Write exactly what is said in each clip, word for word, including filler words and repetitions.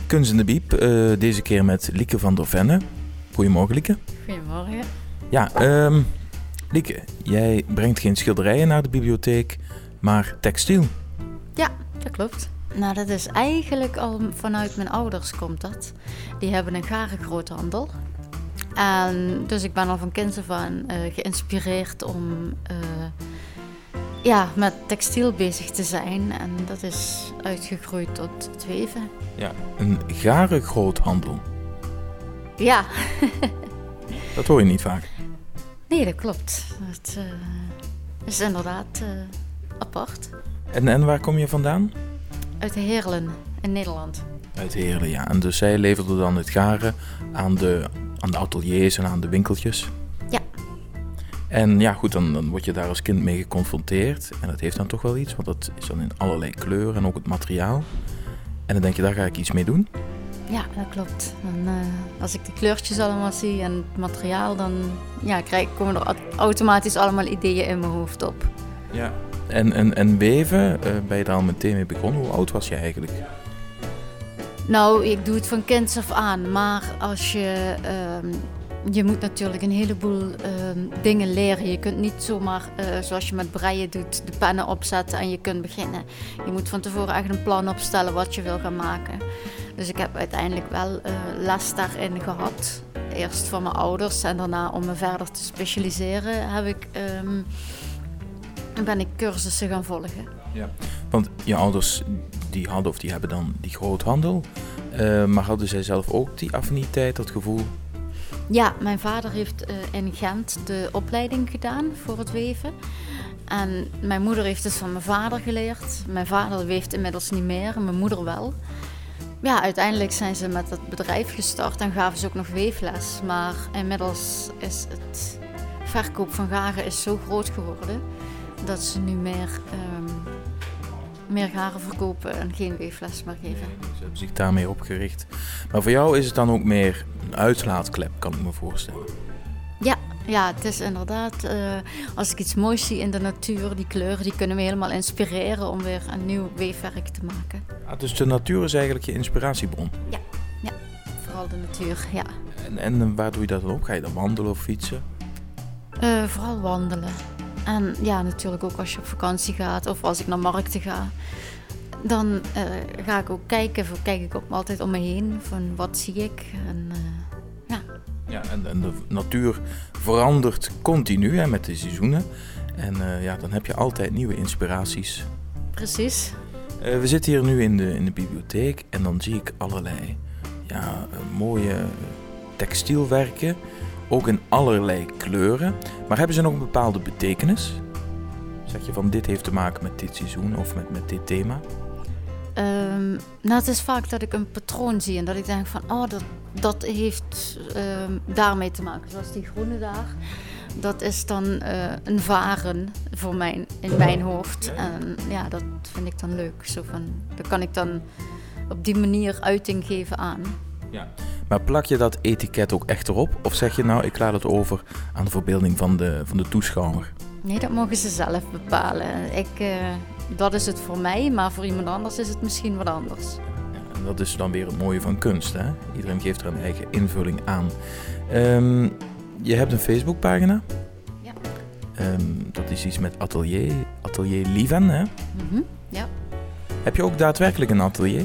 Kunst in de Biep, uh, deze keer met Lieke van der Venne. Goedemorgen, Lieke. Goedemorgen. Ja, um, Lieke, jij brengt geen schilderijen naar de bibliotheek, maar textiel. Ja, dat klopt. Nou, dat is eigenlijk al vanuit mijn ouders komt dat. Die hebben een garengroothandel. En dus ik ben al van kinds af aan uh, geïnspireerd om uh, ja, met textiel bezig te zijn. En dat is uitgegroeid tot het weven. Ja, een garengroothandel. Ja. Dat hoor je niet vaak. Nee, dat klopt. Het uh, is inderdaad uh, apart. En, en waar kom je vandaan? Uit Heerlen, in Nederland. Uit Heerlen, ja. En dus zij leverde dan het garen aan de, aan de ateliers en aan de winkeltjes? Ja. En ja, goed, dan, dan word je daar als kind mee geconfronteerd. En dat heeft dan toch wel iets, want dat is dan in allerlei kleuren en ook het materiaal. En dan denk je, daar ga ik iets mee doen? Ja, dat klopt. En, uh, als ik de kleurtjes allemaal zie en het materiaal, dan ja, krijg, komen er automatisch allemaal ideeën in mijn hoofd op. Ja. En, en, en weven, uh, ben je daar al meteen mee begonnen? Hoe oud was je eigenlijk? Nou, ik doe het van kinds af aan. Maar als je... Uh, je moet natuurlijk een heleboel uh, dingen leren. Je kunt niet zomaar, uh, zoals je met breien doet, de pennen opzetten en je kunt beginnen. Je moet van tevoren echt een plan opstellen wat je wil gaan maken. Dus ik heb uiteindelijk wel uh, les daarin gehad. Eerst van mijn ouders en daarna om me verder te specialiseren heb ik... Um, ben ik cursussen gaan volgen. Ja, want je ouders die hadden of die hebben dan die groothandel, uh, maar hadden zij zelf ook die affiniteit, dat gevoel? Ja, mijn vader heeft uh, in Gent de opleiding gedaan voor het weven. En mijn moeder heeft het van mijn vader geleerd. Mijn vader weeft inmiddels niet meer, mijn moeder wel. Ja, uiteindelijk zijn ze met het bedrijf gestart en gaven ze ook nog weefles. Maar inmiddels is het verkoop van garen is zo groot geworden dat ze nu meer, um, meer garen verkopen en geen weefles meer geven. Nee, ze hebben zich daarmee opgericht. Maar voor jou is het dan ook meer een uitlaatklep, kan ik me voorstellen. Ja, ja het is inderdaad, uh, als ik iets moois zie in de natuur, die kleuren, die kunnen me helemaal inspireren om weer een nieuw weefwerk te maken. Ah, dus de natuur is eigenlijk je inspiratiebron? Ja, ja, vooral de natuur, ja. En, en waar doe je dat dan ook? Ga je dan wandelen of fietsen? Uh, vooral wandelen. En ja, natuurlijk ook als je op vakantie gaat of als ik naar markten ga. Dan uh, ga ik ook kijken, of kijk ik ook altijd om me heen van wat zie ik. En, uh, ja. Ja, en, en de natuur verandert continu hè, met de seizoenen. En uh, ja, dan heb je altijd nieuwe inspiraties. Precies. Uh, we zitten hier nu in de, in de bibliotheek en dan zie ik allerlei ja, uh, mooie textielwerken. Ook in allerlei kleuren. Maar hebben ze nog een bepaalde betekenis? Zeg je van dit heeft te maken met dit seizoen of met, met dit thema? Um, nou, het is vaak dat ik een patroon zie en dat ik denk van oh, dat, dat heeft um, daarmee te maken. Zoals die groene daar. Dat is dan uh, een varen voor mijn, in mijn hoofd. En ja, dat vind ik dan leuk. Zo van, dan kan ik dan op die manier uiting geven aan. Ja. Maar plak je dat etiket ook echt erop? Of zeg je nou, ik laat het over aan de verbeelding van de, van de toeschouwer? Nee, dat mogen ze zelf bepalen. Ik, uh, dat is het voor mij, maar voor iemand anders is het misschien wat anders. Ja, en dat is dan weer het mooie van kunst, hè? Iedereen geeft er een eigen invulling aan. Um, je hebt een Facebookpagina. Ja. Um, dat is iets met atelier, atelier Lieven, hè? Mm-hmm, ja. Heb je ook daadwerkelijk een atelier?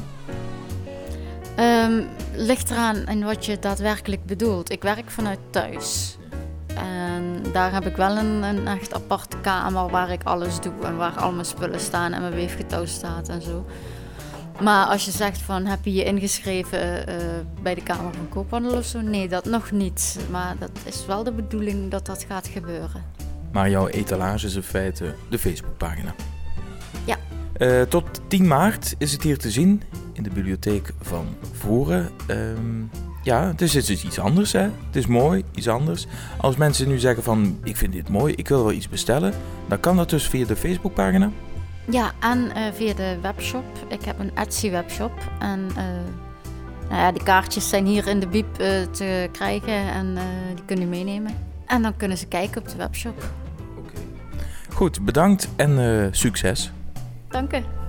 Um, ligt eraan in wat je daadwerkelijk bedoelt. Ik werk vanuit thuis. En daar heb ik wel een, een echt aparte kamer waar ik alles doe. En waar al mijn spullen staan en mijn weefgetouw staat en zo. Maar als je zegt van heb je je ingeschreven uh, bij de Kamer van Koophandel of zo? Nee, dat nog niet. Maar dat is wel de bedoeling dat dat gaat gebeuren. Maar jouw etalage is in feite de Facebookpagina? Ja. Uh, tot tien maart is het hier te zien in de bibliotheek van Voeren. Um, ja, het is dus iets anders, hè. Het is mooi, iets anders. Als mensen nu zeggen van, ik vind dit mooi, ik wil wel iets bestellen, dan kan dat dus via de Facebookpagina? Ja, en uh, via de webshop. Ik heb een Etsy webshop en uh, nou ja, die kaartjes zijn hier in de biep uh, te krijgen en uh, die kunnen u meenemen. En dan kunnen ze kijken op de webshop. Oké. Okay. Goed, bedankt en uh, succes. Dank u.